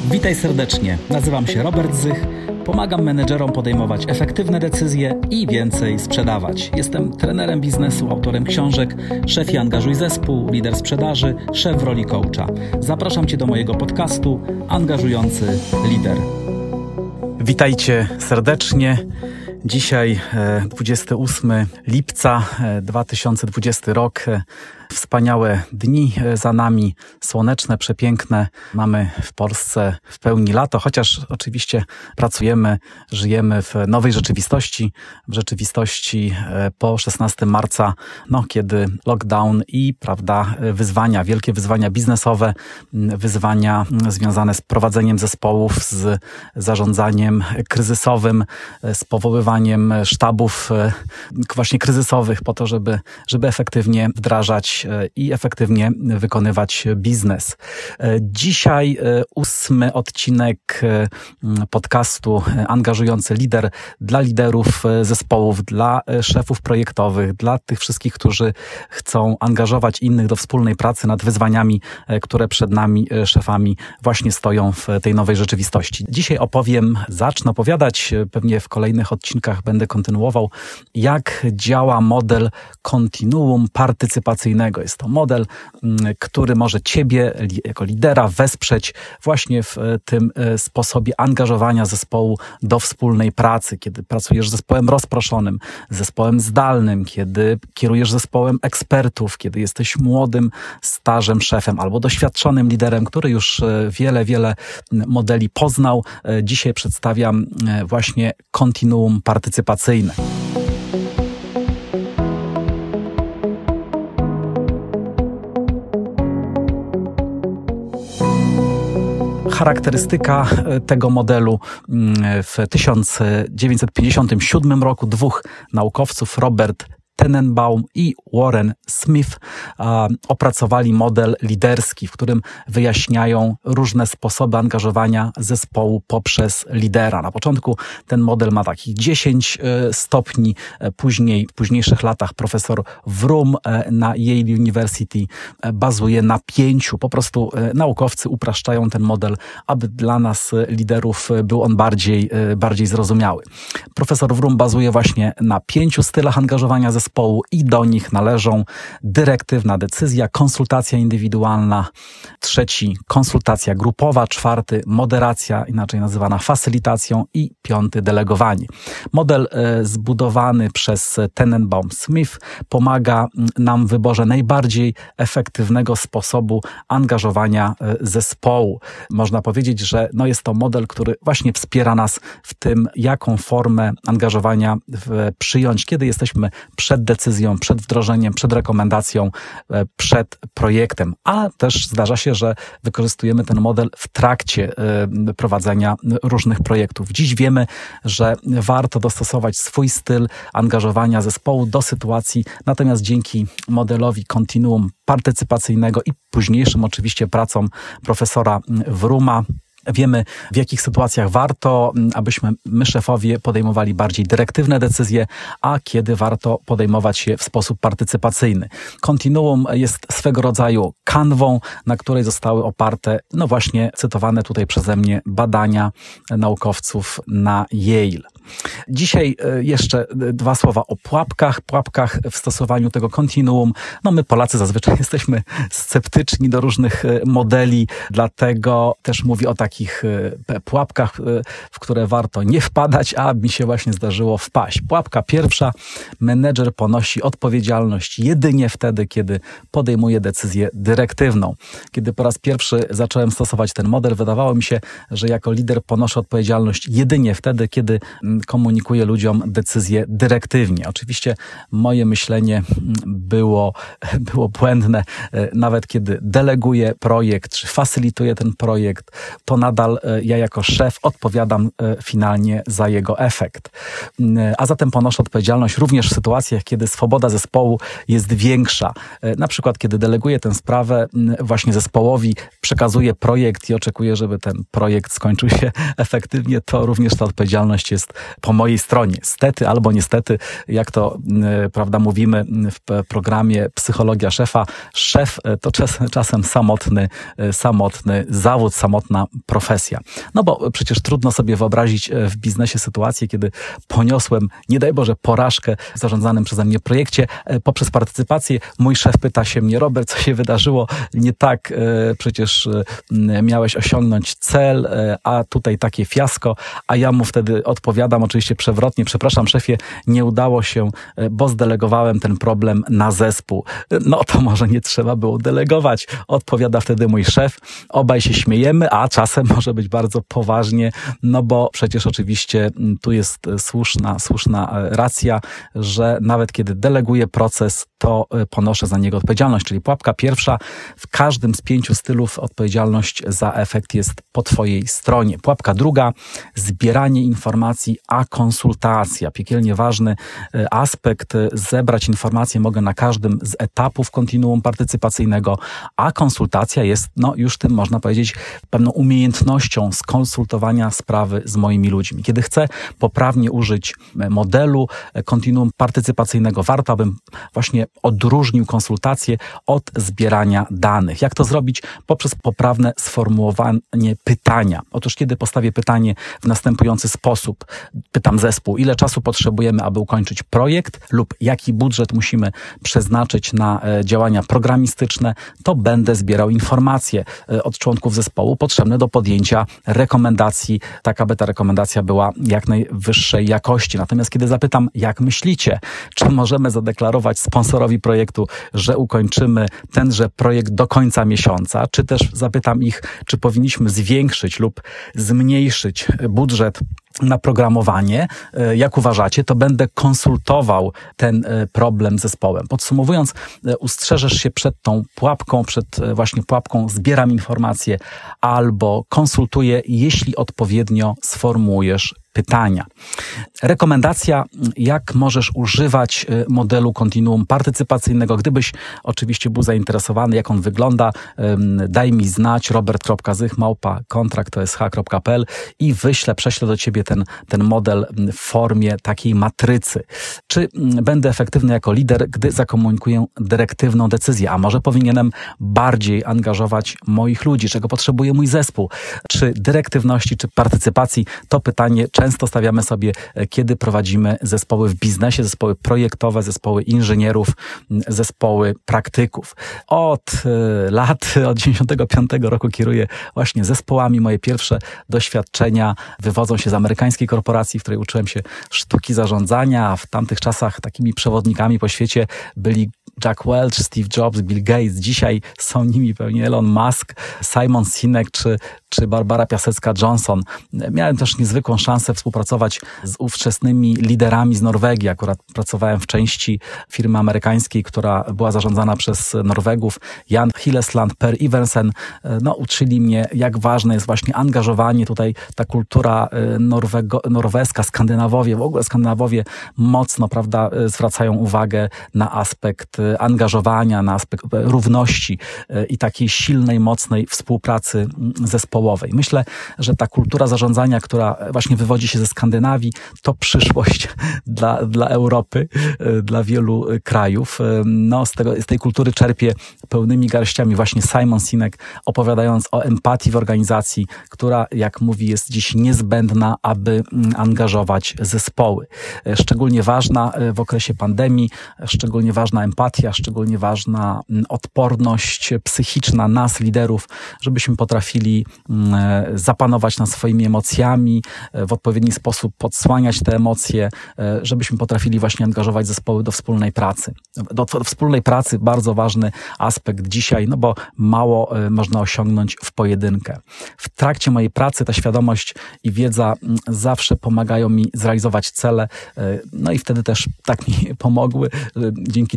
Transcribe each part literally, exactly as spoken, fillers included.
Witaj serdecznie, nazywam się Robert Zych, pomagam menedżerom podejmować efektywne decyzje i więcej sprzedawać. Jestem trenerem biznesu, autorem książek Szef i angażuj zespół, lider sprzedaży, szef w roli coacha. Zapraszam Cię do mojego podcastu Angażujący Lider. Witajcie serdecznie. Dzisiaj dwudziestego ósmego lipca dwa tysiące dwudziesty rok. Wspaniałe dni za nami, słoneczne, przepiękne. Mamy w Polsce w pełni lato, chociaż oczywiście pracujemy, żyjemy w nowej rzeczywistości, w rzeczywistości po szesnastego marca, no, kiedy lockdown i prawda, wyzwania, wielkie wyzwania biznesowe, wyzwania związane z prowadzeniem zespołów, z zarządzaniem kryzysowym, z powoływaniem sztabów właśnie kryzysowych po to, żeby, żeby efektywnie wdrażać i efektywnie wykonywać biznes. Dzisiaj ósmy odcinek podcastu Angażujący Lider dla liderów zespołów, dla szefów projektowych, dla tych wszystkich, którzy chcą angażować innych do wspólnej pracy nad wyzwaniami, które przed nami, szefami, właśnie stoją w tej nowej rzeczywistości. Dzisiaj opowiem, zacznę opowiadać, pewnie w kolejnych odcinkach będę kontynuował, jak działa model kontinuum partycypacyjnego. Jest to model, który może Ciebie jako lidera wesprzeć właśnie w tym sposobie angażowania zespołu do wspólnej pracy. Kiedy pracujesz z zespołem rozproszonym, zespołem zdalnym, kiedy kierujesz zespołem ekspertów, kiedy jesteś młodym, stażem szefem albo doświadczonym liderem, który już wiele, wiele modeli poznał. Dzisiaj przedstawiam właśnie kontinuum partycypacyjne. Charakterystyka tego modelu: w tysiąc dziewięćset pięćdziesiątym siódmym roku dwóch naukowców, Robert Tenenbaum i Warren Smith, a, opracowali model liderski, w którym wyjaśniają różne sposoby angażowania zespołu poprzez lidera. Na początku ten model ma takich dziesięć e, stopni, e, później w późniejszych latach profesor Vroom e, na Yale University e, bazuje na pięciu. Po prostu e, naukowcy upraszczają ten model, aby dla nas e, liderów e, był on bardziej, e, bardziej zrozumiały. Profesor Vroom bazuje właśnie na pięciu stylach angażowania zespołu, zespołu i do nich należą dyrektywna decyzja, konsultacja indywidualna, trzeci konsultacja grupowa, czwarty moderacja, inaczej nazywana facylitacją i piąty delegowanie. Model e, zbudowany przez Tenenbaum-Smith pomaga nam w wyborze najbardziej efektywnego sposobu angażowania e, zespołu. Można powiedzieć, że no jest to model, który właśnie wspiera nas w tym, jaką formę angażowania w, przyjąć, kiedy jesteśmy przed decyzją, przed wdrożeniem, przed rekomendacją, przed projektem. A też zdarza się, że wykorzystujemy ten model w trakcie prowadzenia różnych projektów. Dziś wiemy, że warto dostosować swój styl angażowania zespołu do sytuacji, natomiast dzięki modelowi kontinuum partycypacyjnego i późniejszym oczywiście pracom profesora Vrooma wiemy, w jakich sytuacjach warto, abyśmy my szefowie podejmowali bardziej dyrektywne decyzje, a kiedy warto podejmować je w sposób partycypacyjny. Kontinuum jest swego rodzaju kanwą, na której zostały oparte, no właśnie cytowane tutaj przeze mnie badania naukowców na Yale. Dzisiaj jeszcze dwa słowa o pułapkach, pułapkach w stosowaniu tego kontinuum. No my Polacy zazwyczaj jesteśmy sceptyczni do różnych modeli, dlatego też mówię o takich pułapkach, w które warto nie wpadać, a mi się właśnie zdarzyło wpaść. Pułapka pierwsza: menedżer ponosi odpowiedzialność jedynie wtedy, kiedy podejmuje decyzję dyrektywną. Kiedy po raz pierwszy zacząłem stosować ten model, wydawało mi się, że jako lider ponoszę odpowiedzialność jedynie wtedy, kiedy komunikuję ludziom decyzje dyrektywnie. Oczywiście moje myślenie było, było błędne. Nawet kiedy deleguję projekt, czy facylituję ten projekt, to nadal ja jako szef odpowiadam finalnie za jego efekt. A zatem ponoszę odpowiedzialność również w sytuacjach, kiedy swoboda zespołu jest większa. Na przykład, kiedy deleguję tę sprawę właśnie zespołowi, przekazuję projekt i oczekuję, żeby ten projekt skończył się efektywnie, to również ta odpowiedzialność jest po mojej stronie. Stety albo niestety, jak to prawda mówimy w programie Psychologia Szefa, szef to czas, czasem samotny, samotny zawód, samotna profesja. No bo przecież trudno sobie wyobrazić w biznesie sytuację, kiedy poniosłem, nie daj Boże, porażkę w zarządzanym przeze mnie projekcie. Poprzez partycypację mój szef pyta się mnie: Robert, co się wydarzyło? Nie tak, przecież miałeś osiągnąć cel, a tutaj takie fiasko, a ja mu wtedy odpowiadam oczywiście przewrotnie: przepraszam szefie, nie udało się, bo zdelegowałem ten problem na zespół. No to może nie trzeba było delegować, odpowiada wtedy mój szef. Obaj się śmiejemy, a czasem może być bardzo poważnie, no bo przecież oczywiście tu jest słuszna, słuszna racja, że nawet kiedy deleguję proces, to ponoszę za niego odpowiedzialność. Czyli pułapka pierwsza: w każdym z pięciu stylów odpowiedzialność za efekt jest po twojej stronie. Pułapka druga: zbieranie informacji, a konsultacja. Piekielnie ważny aspekt. Zebrać informacje mogę na każdym z etapów kontinuum partycypacyjnego, a konsultacja jest, no już tym można powiedzieć, pewną umiejętnością skonsultowania sprawy z moimi ludźmi. Kiedy chcę poprawnie użyć modelu kontinuum partycypacyjnego, warto, abym właśnie odróżnił konsultacje od zbierania danych. Jak to zrobić? Poprzez poprawne sformułowanie pytania. Otóż kiedy postawię pytanie w następujący sposób, pytam zespół: ile czasu potrzebujemy, aby ukończyć projekt, lub jaki budżet musimy przeznaczyć na działania programistyczne, to będę zbierał informacje od członków zespołu potrzebne do podjęcia rekomendacji, tak aby ta rekomendacja była jak najwyższej jakości. Natomiast kiedy zapytam: jak myślicie, czy możemy zadeklarować sponsorowi projektu, że ukończymy tenże projekt do końca miesiąca, czy też zapytam ich, czy powinniśmy zwiększyć lub zmniejszyć budżet na programowanie, jak uważacie, to będę konsultował ten problem z zespołem. Podsumowując, ustrzeżesz się przed tą pułapką, przed właśnie pułapką: zbieram informacje albo konsultuję, jeśli odpowiednio sformułujesz pytania. Rekomendacja: jak możesz używać modelu kontinuum partycypacyjnego. Gdybyś oczywiście był zainteresowany, jak on wygląda, daj mi znać: robert kropka zych małpa kontrakt to jest h kropka p l i wyślę, prześlę do ciebie ten, ten model w formie takiej matrycy. Czy będę efektywny jako lider, gdy zakomunikuję dyrektywną decyzję? A może powinienem bardziej angażować moich ludzi? Czego potrzebuje mój zespół? Czy dyrektywności, czy partycypacji? To pytanie często stawiamy sobie, kiedy prowadzimy zespoły w biznesie, zespoły projektowe, zespoły inżynierów, zespoły praktyków. Od lat, od dziewięćdziesiątego piątego roku kieruję właśnie zespołami. Moje pierwsze doświadczenia wywodzą się z amerykańskiej korporacji, w której uczyłem się sztuki zarządzania, a w tamtych czasach takimi przewodnikami po świecie byli Jack Welch, Steve Jobs, Bill Gates. Dzisiaj są nimi pewnie Elon Musk, Simon Sinek czy, czy Barbara Piasecka-Johnson. Miałem też niezwykłą szansę współpracować z ówczesnymi liderami z Norwegii. Akurat pracowałem w części firmy amerykańskiej, która była zarządzana przez Norwegów. Jan Hillesland, Per Iversen, no, uczyli mnie, jak ważne jest właśnie angażowanie. Tutaj ta kultura norwego, norweska, Skandynawowie, w ogóle Skandynawowie mocno, prawda, zwracają uwagę na aspekt angażowania, na aspekt równości i takiej silnej, mocnej współpracy zespołowej. Myślę, że ta kultura zarządzania, która właśnie wywodzi się ze Skandynawii, to przyszłość dla, dla Europy, dla wielu krajów. No, z, tego, z tej kultury czerpie pełnymi garściami właśnie Simon Sinek, opowiadając o empatii w organizacji, która, jak mówi, jest dziś niezbędna, aby angażować zespoły. Szczególnie ważna w okresie pandemii, szczególnie ważna empatia, szczególnie ważna odporność psychiczna nas, liderów, żebyśmy potrafili zapanować nad swoimi emocjami, w odpowiedni sposób podsłaniać te emocje, żebyśmy potrafili właśnie angażować zespoły do wspólnej pracy. Do, do wspólnej pracy bardzo ważny aspekt dzisiaj, no bo mało można osiągnąć w pojedynkę. W trakcie mojej pracy ta świadomość i wiedza zawsze pomagają mi zrealizować cele, no i wtedy też tak mi pomogły. Dzięki temu mieliśmy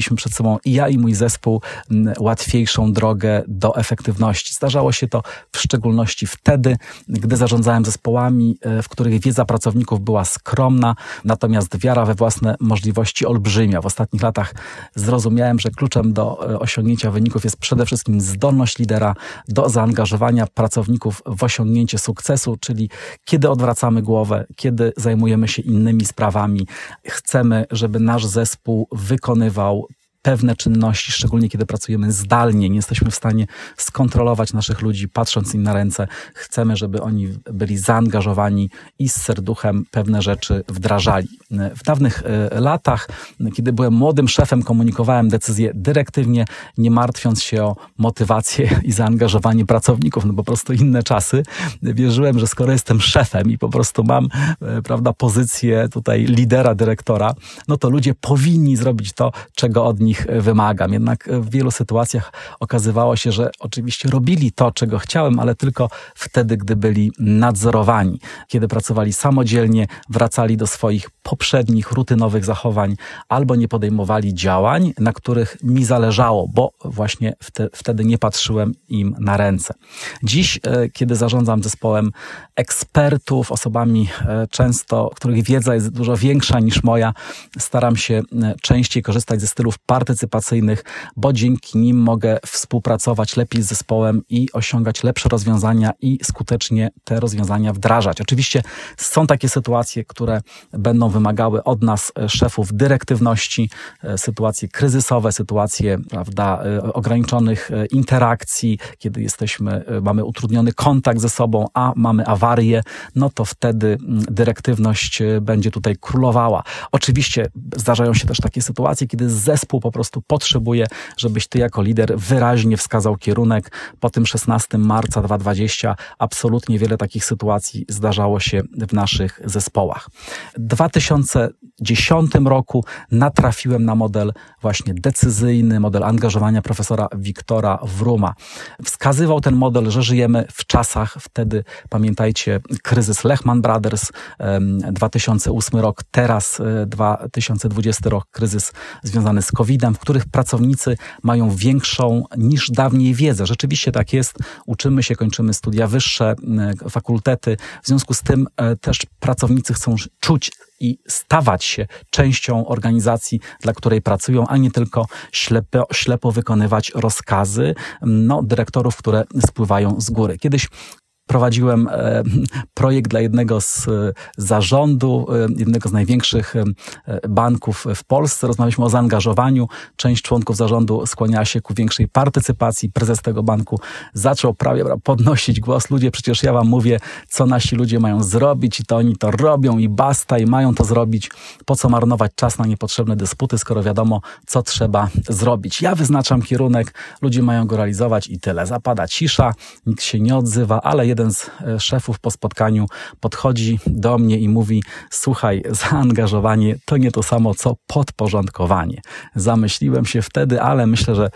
mieliśmy przed sobą i ja, i mój zespół łatwiejszą drogę do efektywności. Zdarzało się to w szczególności wtedy, gdy zarządzałem zespołami, w których wiedza pracowników była skromna, natomiast wiara we własne możliwości olbrzymia. W ostatnich latach zrozumiałem, że kluczem do osiągnięcia wyników jest przede wszystkim zdolność lidera do zaangażowania pracowników w osiągnięcie sukcesu, czyli kiedy odwracamy głowę, kiedy zajmujemy się innymi sprawami. Chcemy, żeby nasz zespół wykonywał pewne czynności, szczególnie kiedy pracujemy zdalnie, nie jesteśmy w stanie skontrolować naszych ludzi, patrząc im na ręce. Chcemy, żeby oni byli zaangażowani i z serduchem pewne rzeczy wdrażali. W dawnych latach, kiedy byłem młodym szefem, komunikowałem decyzje dyrektywnie, nie martwiąc się o motywację i zaangażowanie pracowników, no po prostu inne czasy. Wierzyłem, że skoro jestem szefem i po prostu mam, prawda, pozycję tutaj lidera, dyrektora, no to ludzie powinni zrobić to, czego od nich wymagam. Jednak w wielu sytuacjach okazywało się, że oczywiście robili to, czego chciałem, ale tylko wtedy, gdy byli nadzorowani. Kiedy pracowali samodzielnie, wracali do swoich poprzednich, rutynowych zachowań albo nie podejmowali działań, na których mi zależało, bo właśnie wte, wtedy nie patrzyłem im na ręce. Dziś, kiedy zarządzam zespołem ekspertów, osobami często, których wiedza jest dużo większa niż moja, staram się częściej korzystać ze stylów partycypacyjnych, bo dzięki nim mogę współpracować lepiej z zespołem i osiągać lepsze rozwiązania i skutecznie te rozwiązania wdrażać. Oczywiście są takie sytuacje, które będą wymagały od nas, szefów, dyrektywności, sytuacje kryzysowe, sytuacje, prawda, ograniczonych interakcji, kiedy jesteśmy, mamy utrudniony kontakt ze sobą, a mamy awarię, no to wtedy dyrektywność będzie tutaj królowała. Oczywiście zdarzają się też takie sytuacje, kiedy zespół po prostu potrzebuje, żebyś ty jako lider wyraźnie wskazał kierunek. Po tym szesnastego marca dwa tysiące dwudziestego absolutnie wiele takich sytuacji zdarzało się w naszych zespołach. W dwa tysiące dziesiątym roku natrafiłem na model właśnie decyzyjny, model angażowania profesora Wiktora Wruma. Wskazywał ten model, że żyjemy w czasach, wtedy pamiętajcie, kryzys Lehman Brothers, dwa tysiące ósmy rok, teraz dwa tysiące dwudziesty rok, kryzys związany z kowidem, w których pracownicy mają większą niż dawniej wiedzę. Rzeczywiście tak jest. Uczymy się, kończymy studia wyższe, fakultety. W związku z tym też pracownicy chcą czuć i stawać się częścią organizacji, dla której pracują, a nie tylko ślepo, ślepo wykonywać rozkazy no, dyrektorów, które spływają z góry. Kiedyś prowadziłem e, projekt dla jednego z e, zarządu, e, jednego z największych e, banków w Polsce. Rozmawialiśmy o zaangażowaniu. Część członków zarządu skłaniała się ku większej partycypacji. Prezes tego banku zaczął prawie podnosić głos. Ludzie, przecież ja wam mówię, co nasi ludzie mają zrobić i to oni to robią i basta i mają to zrobić. Po co marnować czas na niepotrzebne dysputy, skoro wiadomo, co trzeba zrobić. Ja wyznaczam kierunek, ludzie mają go realizować i tyle. Zapada cisza, nikt się nie odzywa, ale jeden z szefów po spotkaniu podchodzi do mnie i mówi: słuchaj, zaangażowanie to nie to samo, co podporządkowanie. Zamyśliłem się wtedy, ale myślę, że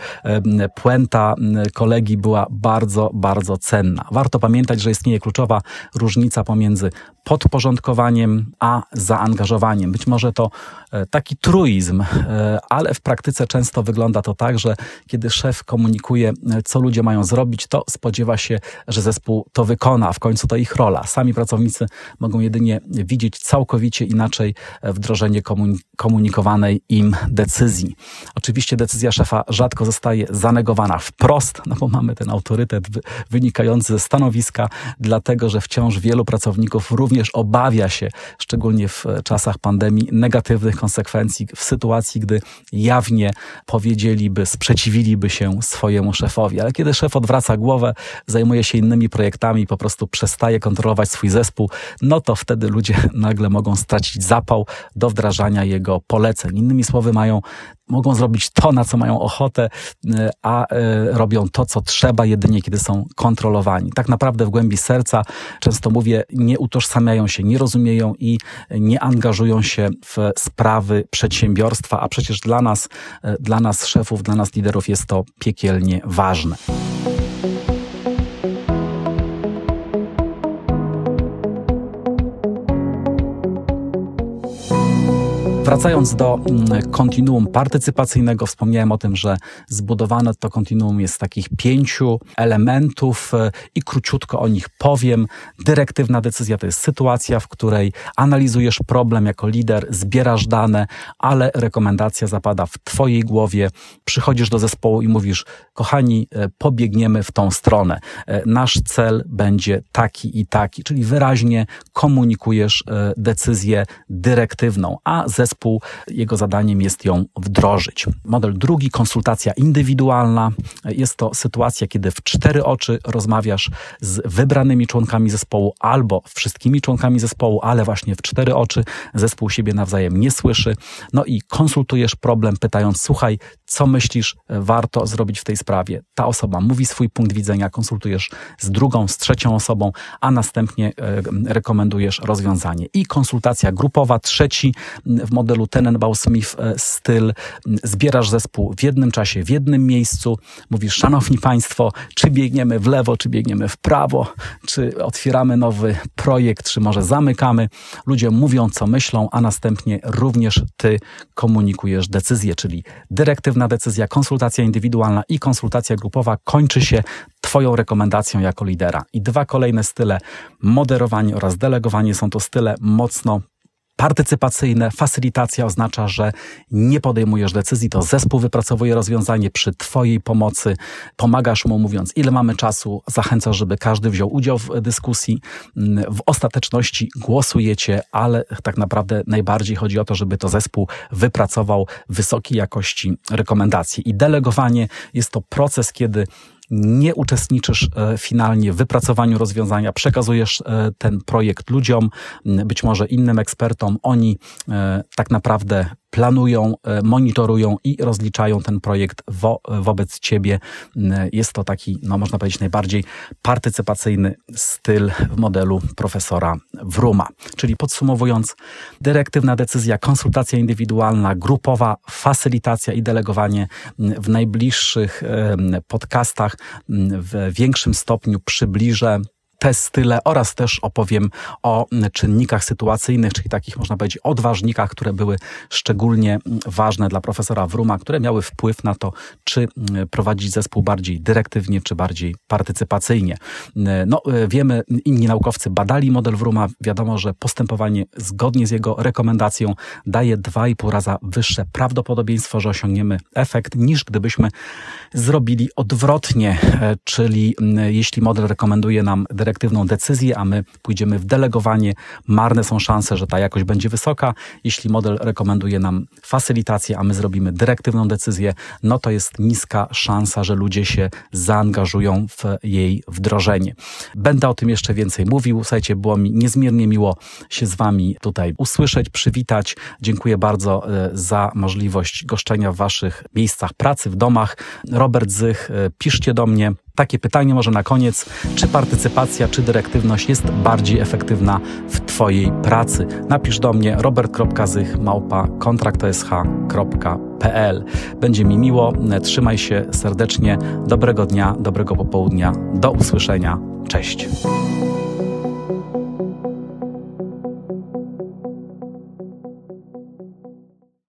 puenta kolegi była bardzo, bardzo cenna. Warto pamiętać, że istnieje kluczowa różnica pomiędzy podporządkowaniem a zaangażowaniem. Być może to taki truizm, ale w praktyce często wygląda to tak, że kiedy szef komunikuje, co ludzie mają zrobić, to spodziewa się, że zespół to wykona, a w końcu to ich rola. Sami pracownicy mogą jedynie widzieć całkowicie inaczej wdrożenie komunikowanej im decyzji. Oczywiście decyzja szefa rzadko zostaje zanegowana wprost, no bo mamy ten autorytet wynikający ze stanowiska, dlatego że wciąż wielu pracowników również obawia się, szczególnie w czasach pandemii, negatywnych konsekwencji w sytuacji, gdy jawnie powiedzieliby, sprzeciwiliby się swojemu szefowi. Ale kiedy szef odwraca głowę, zajmuje się innymi projektami, po prostu przestaje kontrolować swój zespół, no to wtedy ludzie nagle mogą stracić zapał do wdrażania jego poleceń. Innymi słowy, mają mogą zrobić to, na co mają ochotę, a robią to, co trzeba, jedynie kiedy są kontrolowani. Tak naprawdę w głębi serca, często mówię, nie utożsamiają się, nie rozumieją i nie angażują się w sprawy przedsiębiorstwa, a przecież dla nas, dla nas szefów, dla nas liderów jest to piekielnie ważne. Wracając do kontinuum partycypacyjnego, wspomniałem o tym, że zbudowane to kontinuum jest z takich pięciu elementów i króciutko o nich powiem. Dyrektywna decyzja to jest sytuacja, w której analizujesz problem jako lider, zbierasz dane, ale rekomendacja zapada w twojej głowie. Przychodzisz do zespołu i mówisz: kochani, pobiegniemy w tą stronę. Nasz cel będzie taki i taki, czyli wyraźnie komunikujesz decyzję dyrektywną, a zespół, jego zadaniem jest ją wdrożyć. Model drugi, konsultacja indywidualna. Jest to sytuacja, kiedy w cztery oczy rozmawiasz z wybranymi członkami zespołu albo wszystkimi członkami zespołu, ale właśnie w cztery oczy. Zespół siebie nawzajem nie słyszy. No i konsultujesz problem, pytając: słuchaj, co myślisz, warto zrobić w tej sprawie? Ta osoba mówi swój punkt widzenia, konsultujesz z drugą, z trzecią osobą, a następnie rekomendujesz rozwiązanie. I konsultacja grupowa, trzeci w modelu Tenenbaum-Smith styl. Zbierasz zespół w jednym czasie, w jednym miejscu. Mówisz: szanowni państwo, czy biegniemy w lewo, czy biegniemy w prawo, czy otwieramy nowy projekt, czy może zamykamy. Ludzie mówią, co myślą, a następnie również ty komunikujesz decyzję, czyli dyrektywna decyzja, konsultacja indywidualna i konsultacja grupowa kończy się twoją rekomendacją jako lidera. I dwa kolejne style, moderowanie oraz delegowanie, są to style mocno partycypacyjne. Facylitacja oznacza, że nie podejmujesz decyzji, to zespół wypracowuje rozwiązanie przy twojej pomocy. Pomagasz mu, mówiąc, ile mamy czasu, zachęcasz, żeby każdy wziął udział w dyskusji. W ostateczności głosujecie, ale tak naprawdę najbardziej chodzi o to, żeby to zespół wypracował wysokiej jakości rekomendacje. I delegowanie jest to proces, kiedy nie uczestniczysz finalnie w wypracowaniu rozwiązania, przekazujesz ten projekt ludziom, być może innym ekspertom. Oni tak naprawdę planują, monitorują i rozliczają ten projekt wo, wobec ciebie. Jest to taki, no można powiedzieć, najbardziej partycypacyjny styl w modelu profesora Wruma. Czyli podsumowując, dyrektywna decyzja, konsultacja indywidualna, grupowa, facylitacja i delegowanie. W najbliższych podcastach w większym stopniu przybliżę te style oraz też opowiem o czynnikach sytuacyjnych, czyli takich, można powiedzieć, odważnikach, które były szczególnie ważne dla profesora Wruma, które miały wpływ na to, czy prowadzić zespół bardziej dyrektywnie, czy bardziej partycypacyjnie. No, wiemy, inni naukowcy badali model Wruma. Wiadomo, że postępowanie zgodnie z jego rekomendacją daje dwa i pół raza wyższe prawdopodobieństwo, że osiągniemy efekt, niż gdybyśmy zrobili odwrotnie, czyli jeśli model rekomenduje nam dyrektywnie dyrektywną decyzję, a my pójdziemy w delegowanie, marne są szanse, że ta jakość będzie wysoka. Jeśli model rekomenduje nam facylitację, a my zrobimy dyrektywną decyzję, no to jest niska szansa, że ludzie się zaangażują w jej wdrożenie. Będę o tym jeszcze więcej mówił. Słuchajcie, było mi niezmiernie miło się z wami tutaj usłyszeć, przywitać. Dziękuję bardzo za możliwość goszczenia w waszych miejscach pracy, w domach. Robert Zych, piszcie do mnie. Takie pytanie może na koniec: czy partycypacja, czy dyrektywność jest bardziej efektywna w twojej pracy? Napisz do mnie robert kropka zych małpa kontrakt osh kropka p l. Będzie mi miło. Trzymaj się serdecznie. Dobrego dnia, dobrego popołudnia. Do usłyszenia. Cześć.